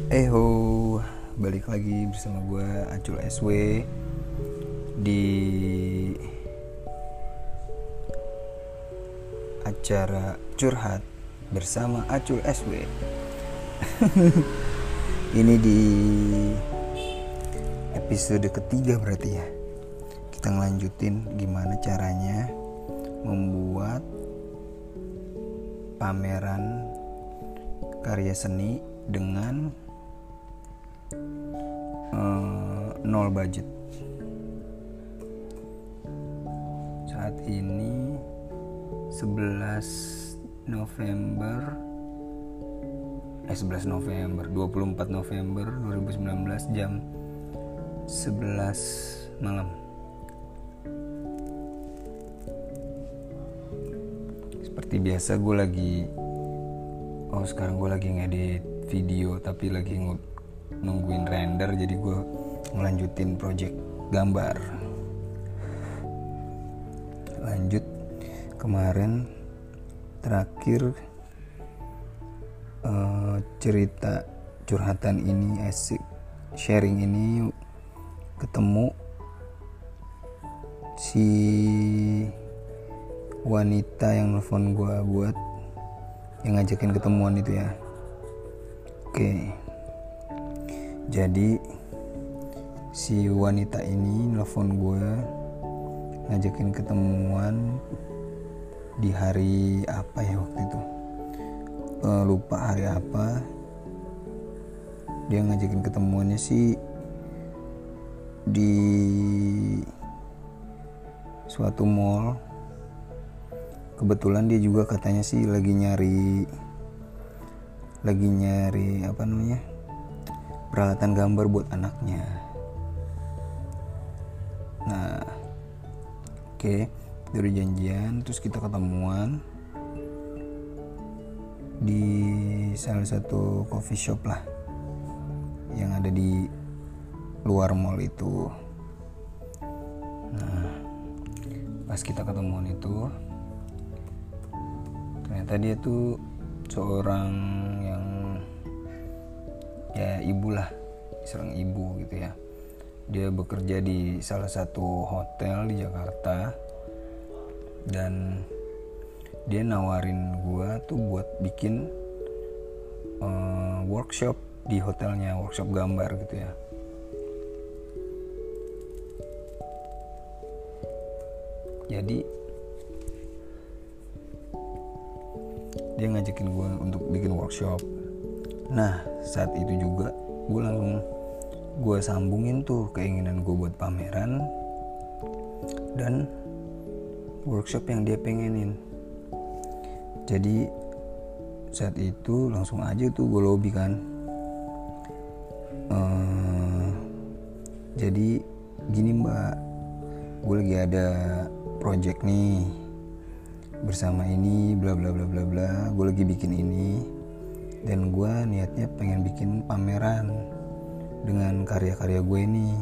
Ho, balik lagi bersama gue Acul SW di acara curhat bersama Acul SW. Ini di episode ketiga berarti ya. Kita ngelanjutin gimana caranya membuat pameran karya seni dengan nol budget. Saat ini 24 November 2019 jam 11 malam. Seperti biasa sekarang gue lagi ngedit video tapi lagi nungguin render, jadi gue ngelanjutin project gambar. Lanjut kemarin terakhir cerita curhatan ini, sharing ini ketemu si wanita yang nelfon gue buat yang ngajakin ketemuan itu ya. Oke. Jadi si wanita ini nelfon gue ngajakin ketemuan di hari apa ya waktu itu. Lupa hari apa. Dia ngajakin ketemuannya sih di suatu mall. Kebetulan dia juga katanya sih lagi nyari peralatan gambar buat anaknya. Nah, oke, dari janjian terus kita ketemuan di salah satu coffee shop lah yang ada di luar mall itu. Nah, pas kita ketemuan itu ternyata dia tuh seorang yang ya seorang ibu gitu ya. Dia bekerja di salah satu hotel di Jakarta dan dia nawarin gua tuh buat bikin workshop di hotelnya, workshop gambar gitu ya. Jadi dia ngajakin gue untuk bikin workshop. Nah, saat itu juga gue sambungin tuh keinginan gue buat pameran dan workshop yang dia pengenin. Jadi saat itu langsung aja tuh gue lobby kan. Jadi gini mbak, gue lagi ada project nih bersama ini bla bla bla bla bla, gue lagi bikin ini dan gue niatnya pengen bikin pameran dengan karya-karya gue ini.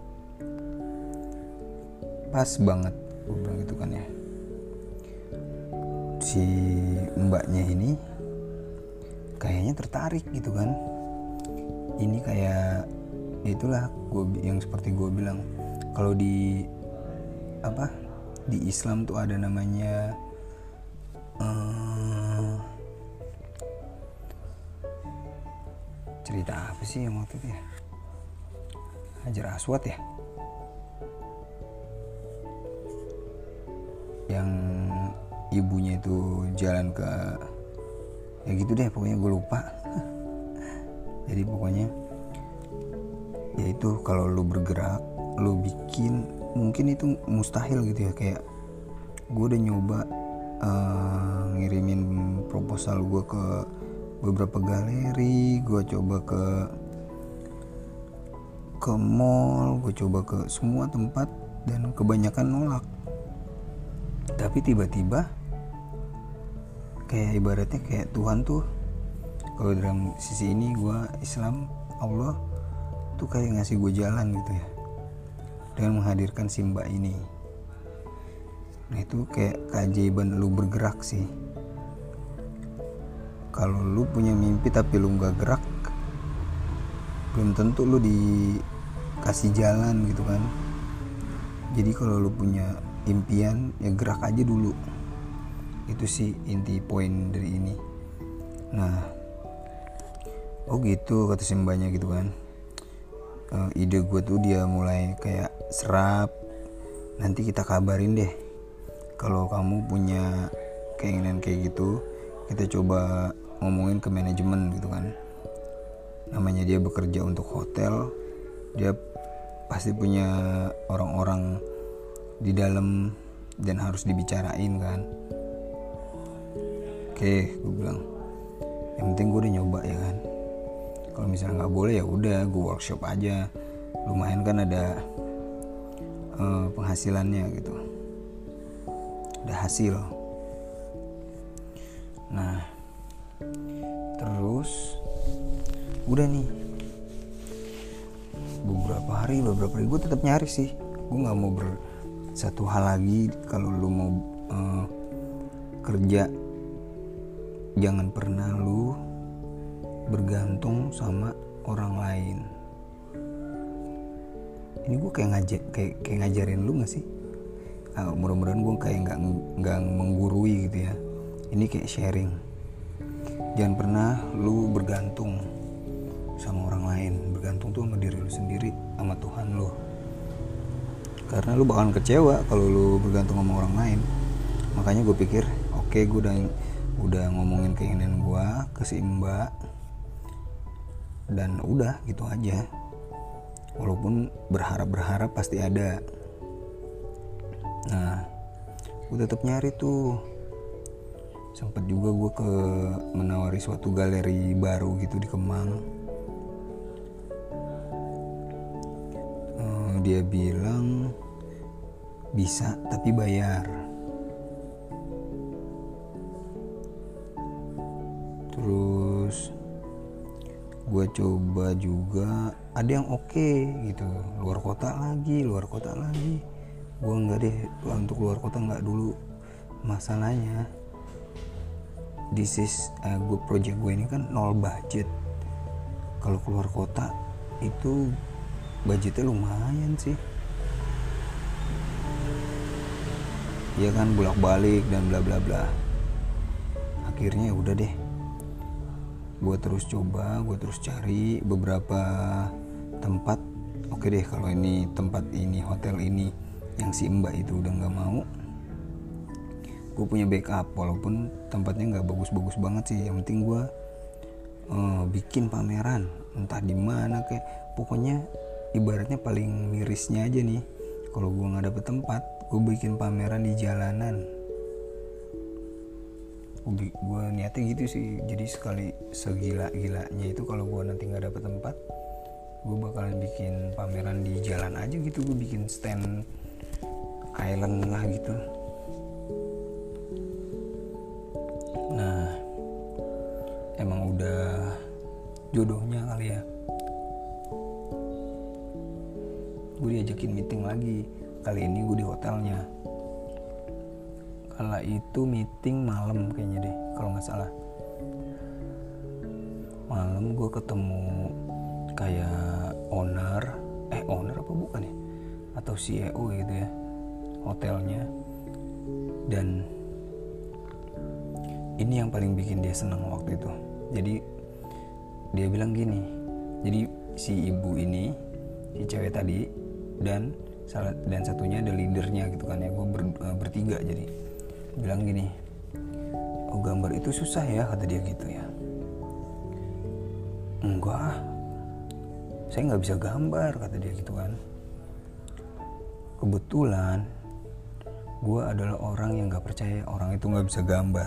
Pas banget gue bilang gitu kan ya. Si mbaknya ini kayaknya tertarik gitu kan. Ini kayak itulah yang seperti gue bilang, kalau di Islam tuh ada namanya cerita apa sih yang waktu itu ya, Hajar Aswad ya, yang ibunya itu jalan ke ya gitu deh, pokoknya gue lupa. Jadi pokoknya ya itu, kalau lu bergerak, lu bikin, mungkin itu mustahil gitu ya. Kayak gue udah nyoba ngirimin proposal gue ke beberapa galeri, gue coba ke mall, gue coba ke semua tempat dan kebanyakan nolak. Tapi tiba-tiba kayak ibaratnya kayak Tuhan tuh, kalau dalam sisi ini gue Islam, Allah tuh kayak ngasih gue jalan gitu ya, dengan menghadirkan si mbak ini. Nah itu kayak keajaiban lu bergerak sih. Kalau lu punya mimpi tapi lu gak gerak, belum tentu lu dikasih jalan gitu kan. Jadi kalau lu punya impian ya gerak aja dulu. Itu sih inti poin dari ini. Nah, oh gitu kata si mbaknya gitu kan. Ide gue tuh dia mulai kayak serap, nanti kita kabarin deh kalau kamu punya keinginan kayak gitu, kita coba ngomongin ke manajemen gitu kan. Namanya dia bekerja untuk hotel, dia pasti punya orang-orang di dalam dan harus dibicarain kan. Oke, gue bilang yang penting gue udah nyoba ya kan. Kalau misalnya nggak boleh ya udah gue workshop aja, lumayan kan ada penghasilannya gitu, ada hasil. Nah terus udah nih beberapa hari gue tetap nyari sih. Gue nggak mau satu hal lagi, kalau lu mau kerja jangan pernah lu bergantung sama orang lain. Ini gue kayak ngajarin lu nggak sih? Mudah-mudahan gue kayak nggak menggurui gitu ya. Ini kayak sharing. Jangan pernah lu bergantung sama orang lain. Bergantung tuh sama diri lu sendiri, sama Tuhan lu. Karena lu bakalan kecewa kalau lu bergantung sama orang lain. Makanya gue pikir, oke, gue udah ngomongin keinginan gue ke si Mbak, dan udah gitu aja. Walaupun berharap pasti ada. Nah, gue tetap nyari tuh. Sempet juga gue menawari suatu galeri baru gitu di Kemang. Dia bilang bisa tapi bayar. Terus gue coba juga, ada yang oke gitu, luar kota lagi. Gue enggak deh, untuk luar kota enggak dulu. Masalahnya project gue ini kan 0 budget. Kalau keluar kota itu budgetnya lumayan sih. Ya kan, bolak-balik dan bla bla bla. Akhirnya udah deh, gue terus cari beberapa tempat. Oke deh, kalau ini tempat ini, hotel ini yang si Mbak itu udah gak mau, gue punya backup. Walaupun tempatnya gak bagus-bagus banget sih, yang penting gue bikin pameran entah di mana, kayak pokoknya ibaratnya paling mirisnya aja nih, kalau gue gak dapet tempat, gue bikin pameran di jalanan. Gue niatnya gitu sih. Jadi segila-gilanya itu kalau gue nanti gak dapet tempat, gue bakalan bikin pameran di jalan aja gitu. Gue bikin stand island lah gitu. Nah, emang udah jodohnya kali ya, gue diajakin meeting lagi. Kali ini gue di hotelnya. Kala itu meeting malam kayaknya deh, kalau nggak salah. Malam gue ketemu kayak owner apa bukan ya, atau CEO gitu ya, hotelnya. Dan ini yang paling bikin dia senang waktu itu. Jadi dia bilang gini, jadi si ibu ini, si cewek tadi, dan satunya ada leadernya gitu kan ya, gue bertiga. Jadi bilang gini, oh gambar itu susah ya, kata dia gitu ya. Enggak, saya nggak bisa gambar, kata dia gitu kan. Kebetulan gue adalah orang yang nggak percaya orang itu nggak bisa gambar.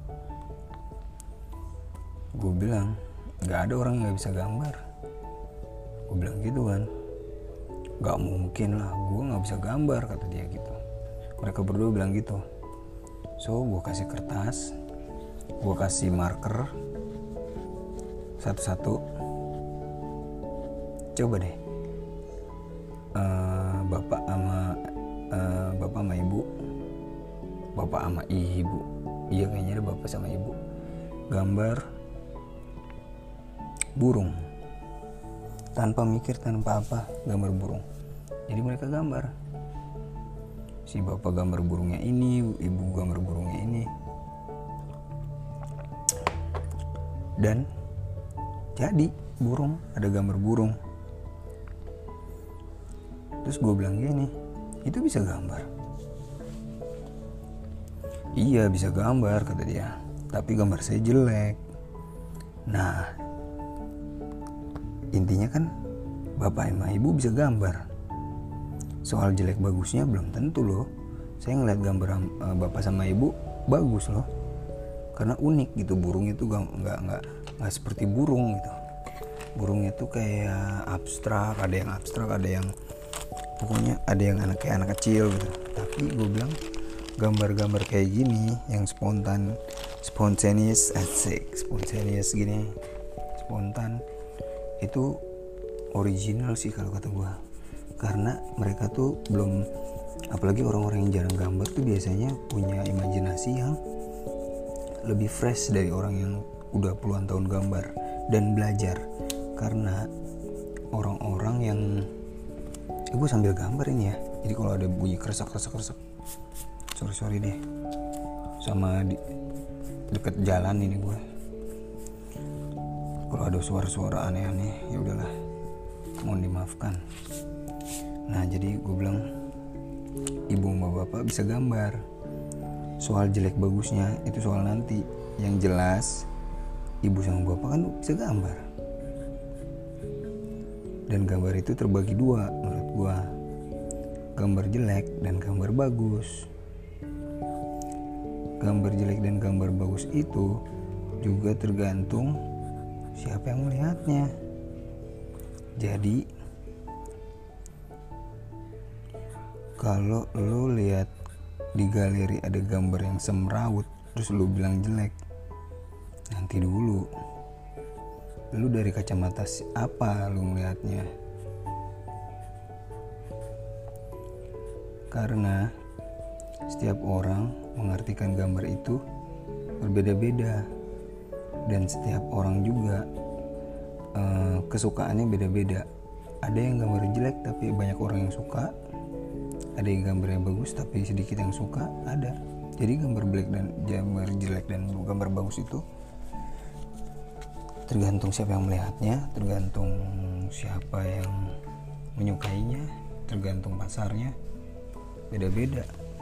Gue bilang nggak ada orang yang nggak bisa gambar. Gue bilang gitu kan, nggak mungkin lah, gue nggak bisa gambar, kata dia gitu. Mereka berdua bilang gitu. So gue kasih kertas, gue kasih marker satu-satu. Coba deh, bapak sama ibu, iya kayaknya ada bapak sama ibu, gambar burung. tanpa mikir, tanpa apa, gambar burung. Jadi mereka gambar, si bapak gambar burungnya ini, ibu gambar burungnya ini, dan jadi burung, ada gambar burung. Terus gue bilang gini, itu bisa gambar? Iya bisa gambar, kata dia, tapi gambar saya jelek. Nah, intinya kan bapak sama ibu bisa gambar. Soal jelek bagusnya belum tentu loh. Saya ngeliat gambar bapak sama ibu bagus loh, karena unik gitu. Burung itu nggak seperti burung gitu. Burungnya tuh kayak abstrak, ada yang abstrak, ada yang pokoknya ada yang kayak anak kecil gitu. Tapi gue bilang gambar-gambar kayak gini yang spontaneous gini, spontan, itu original sih kalau kata gue. Karena mereka tuh belum, apalagi orang-orang yang jarang gambar tuh biasanya punya imajinasi yang lebih fresh dari orang yang udah puluhan tahun gambar dan belajar. Karena orang-orang yang gue sambil gambar ini ya, jadi kalau ada bunyi keresak sorry deh, sama di deket jalan ini gue, kalau ada suara-suara aneh-aneh ya udahlah, mohon dimaafkan. Nah jadi gue bilang ibu sama bapak bisa gambar. Soal jelek bagusnya itu soal nanti. Yang jelas ibu sama bapak kan bisa gambar. Dan gambar itu terbagi dua menurut gue, gambar jelek dan gambar bagus. Gambar jelek dan gambar bagus itu juga tergantung siapa yang melihatnya. Jadi kalau lo lihat di galeri ada gambar yang semrawut terus lo bilang jelek, nanti dulu, lu dari kacamata apa lu ngelihatnya? Karena setiap orang mengartikan gambar itu berbeda-beda, dan setiap orang juga kesukaannya beda-beda. Ada yang gambar jelek tapi banyak orang yang suka, ada yang gambarnya bagus tapi sedikit yang suka, ada. Jadi gambar jelek dan gambar bagus itu tergantung siapa yang melihatnya, tergantung siapa yang menyukainya, tergantung pasarnya, beda-beda.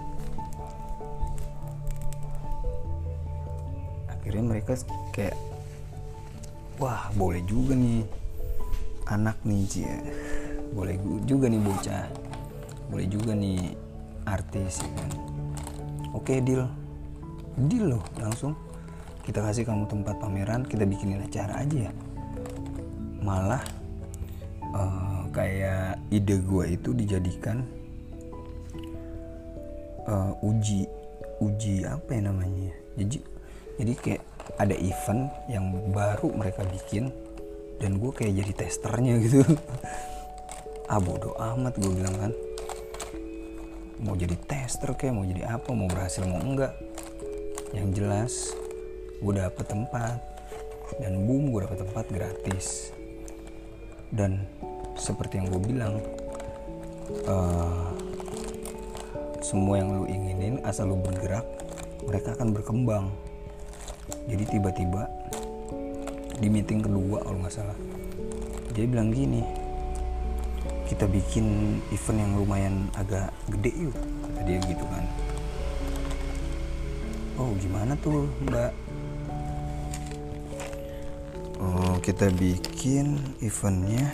Akhirnya mereka kayak, wah boleh juga nih anak nih Cia, boleh juga nih bocah, boleh juga nih artis ya kan. Oke, deal loh, langsung kita kasih kamu tempat pameran, kita bikinin acara aja ya. Malah kayak ide gue itu dijadikan uji apa ya namanya. Jadi kayak ada event yang baru mereka bikin dan gue kayak jadi testernya gitu. Bodo amat gue bilang kan, mau jadi tester kayak mau jadi apa, mau berhasil mau enggak, yang jelas gue dapet tempat, dan boom, gue dapet tempat gratis. Dan seperti yang gue bilang, semua yang lu inginin asal lu bergerak, mereka akan berkembang. Jadi tiba-tiba di meeting kedua kalau nggak salah, dia bilang gini, kita bikin event yang lumayan agak gede yuk, kata dia gitu kan. Oh gimana tuh mbak? Kita bikin eventnya,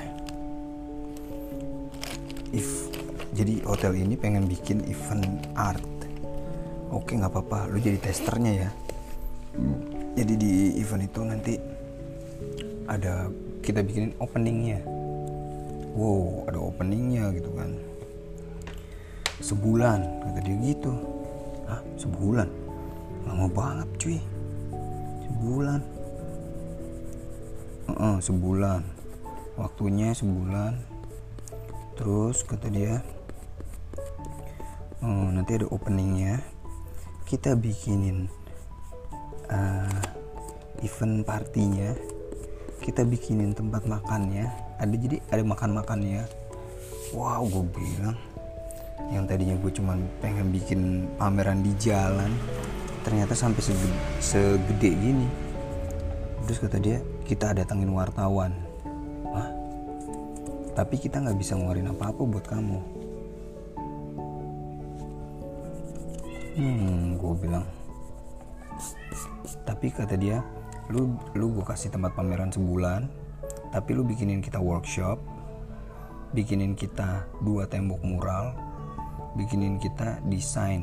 jadi hotel ini pengen bikin event art. Oke nggak apa-apa, lu jadi testernya ya. Jadi di event itu nanti ada, kita bikinin openingnya. Wow, ada openingnya gitu kan. Sebulan, kata dia gitu. Sebulan? Lama banget cuy. Sebulan. Sebulan. Waktunya sebulan. Terus kata dia, nanti ada openingnya. Kita bikinin event partinya. Kita bikinin tempat makannya. ada makan-makannya. Wow, gue bilang yang tadinya gue cuman pengen bikin pameran di jalan, ternyata sampai segede gini. Terus kata dia, kita datangin wartawan. Hah? Tapi kita nggak bisa ngeluarin apa-apa buat kamu. Gue bilang. Tapi kata dia, lu gue kasih tempat pameran sebulan, tapi lu bikinin kita workshop, bikinin kita 2 tembok mural, bikinin kita desain,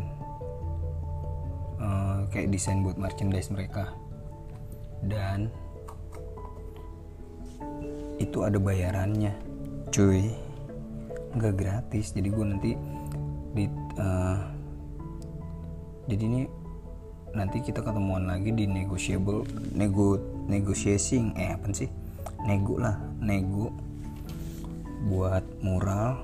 kayak desain buat merchandise mereka, dan itu ada bayarannya, cuy, nggak gratis. Jadi gue nanti jadi ini nanti kita ketemuan lagi di nego buat mural,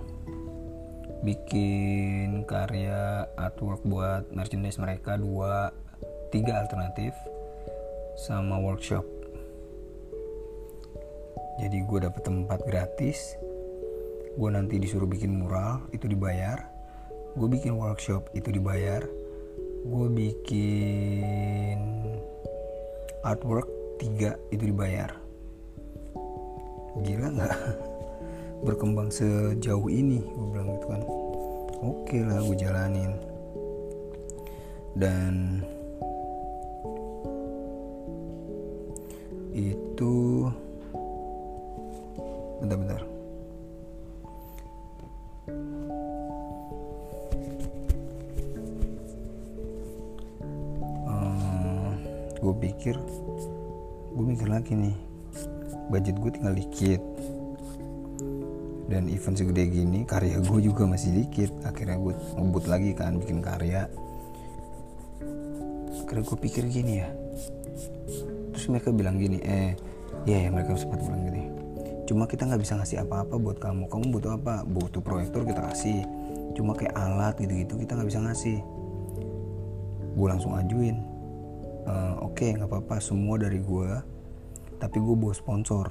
bikin karya artwork buat merchandise mereka 2-3 alternatif, sama workshop. Jadi gue dapet tempat gratis, gue nanti disuruh bikin mural, itu dibayar. Gue bikin workshop, itu dibayar. Gue bikin artwork 3, itu dibayar. Gila gak? Berkembang sejauh ini, gue bilang gitu kan. Oke lah, gue jalanin. Dan itu bentar. Gue mikir lagi nih, budget gue tinggal dikit, dan event segede gini karya gue juga masih dikit. Akhirnya gue ngebut lagi kan bikin karya. Akhirnya gue pikir gini ya, terus mereka bilang gini, mereka sempat bilang gini, cuma kita nggak bisa ngasih apa-apa buat kamu butuh apa? Butuh proyektor, kita kasih. Cuma kayak alat gitu-gitu kita nggak bisa ngasih. Gue langsung ajuin, oke, nggak apa-apa, semua dari gue, tapi gue bawa sponsor.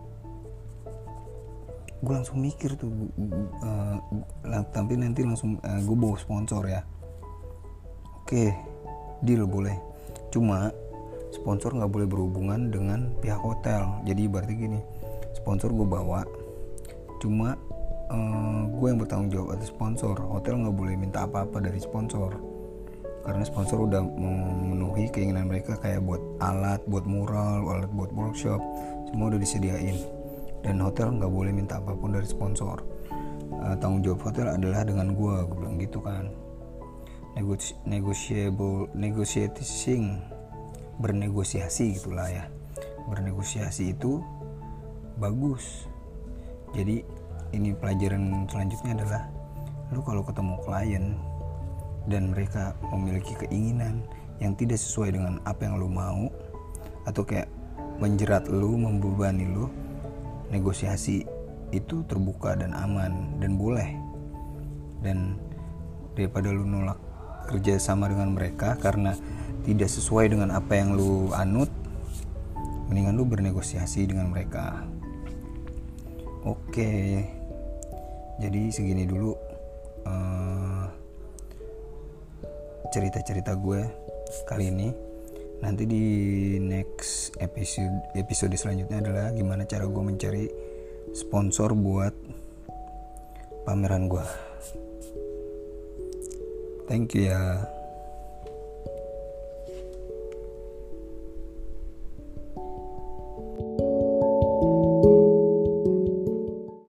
Gue langsung mikir tuh, tapi nanti langsung gue bawa sponsor ya. Oke, deal boleh. Cuma sponsor nggak boleh berhubungan dengan pihak hotel. Jadi berarti gini, sponsor gue bawa, cuma gue yang bertanggung jawab atas sponsor. Hotel nggak boleh minta apa-apa dari sponsor, karena sponsor udah memenuhi keinginan mereka, kayak buat alat, buat mural, alat buat workshop, semua udah disediain. Dan hotel nggak boleh minta apapun dari sponsor. Tanggung jawab hotel adalah dengan gue bilang gitu kan. Bernegosiasi gitulah ya. Bernegosiasi itu bagus. Jadi ini pelajaran selanjutnya adalah, lu kalau ketemu klien dan mereka memiliki keinginan yang tidak sesuai dengan apa yang lu mau, atau kayak menjerat lu, membebani lu, negosiasi itu terbuka dan aman dan boleh. Dan daripada lu nolak kerja sama dengan mereka karena tidak sesuai dengan apa yang lu anut, mendingan lu bernegosiasi dengan mereka. Oke, jadi segini dulu cerita-cerita gue kali ini. Nanti di next episode selanjutnya adalah gimana cara gue mencari sponsor buat pameran gue. Thank you ya.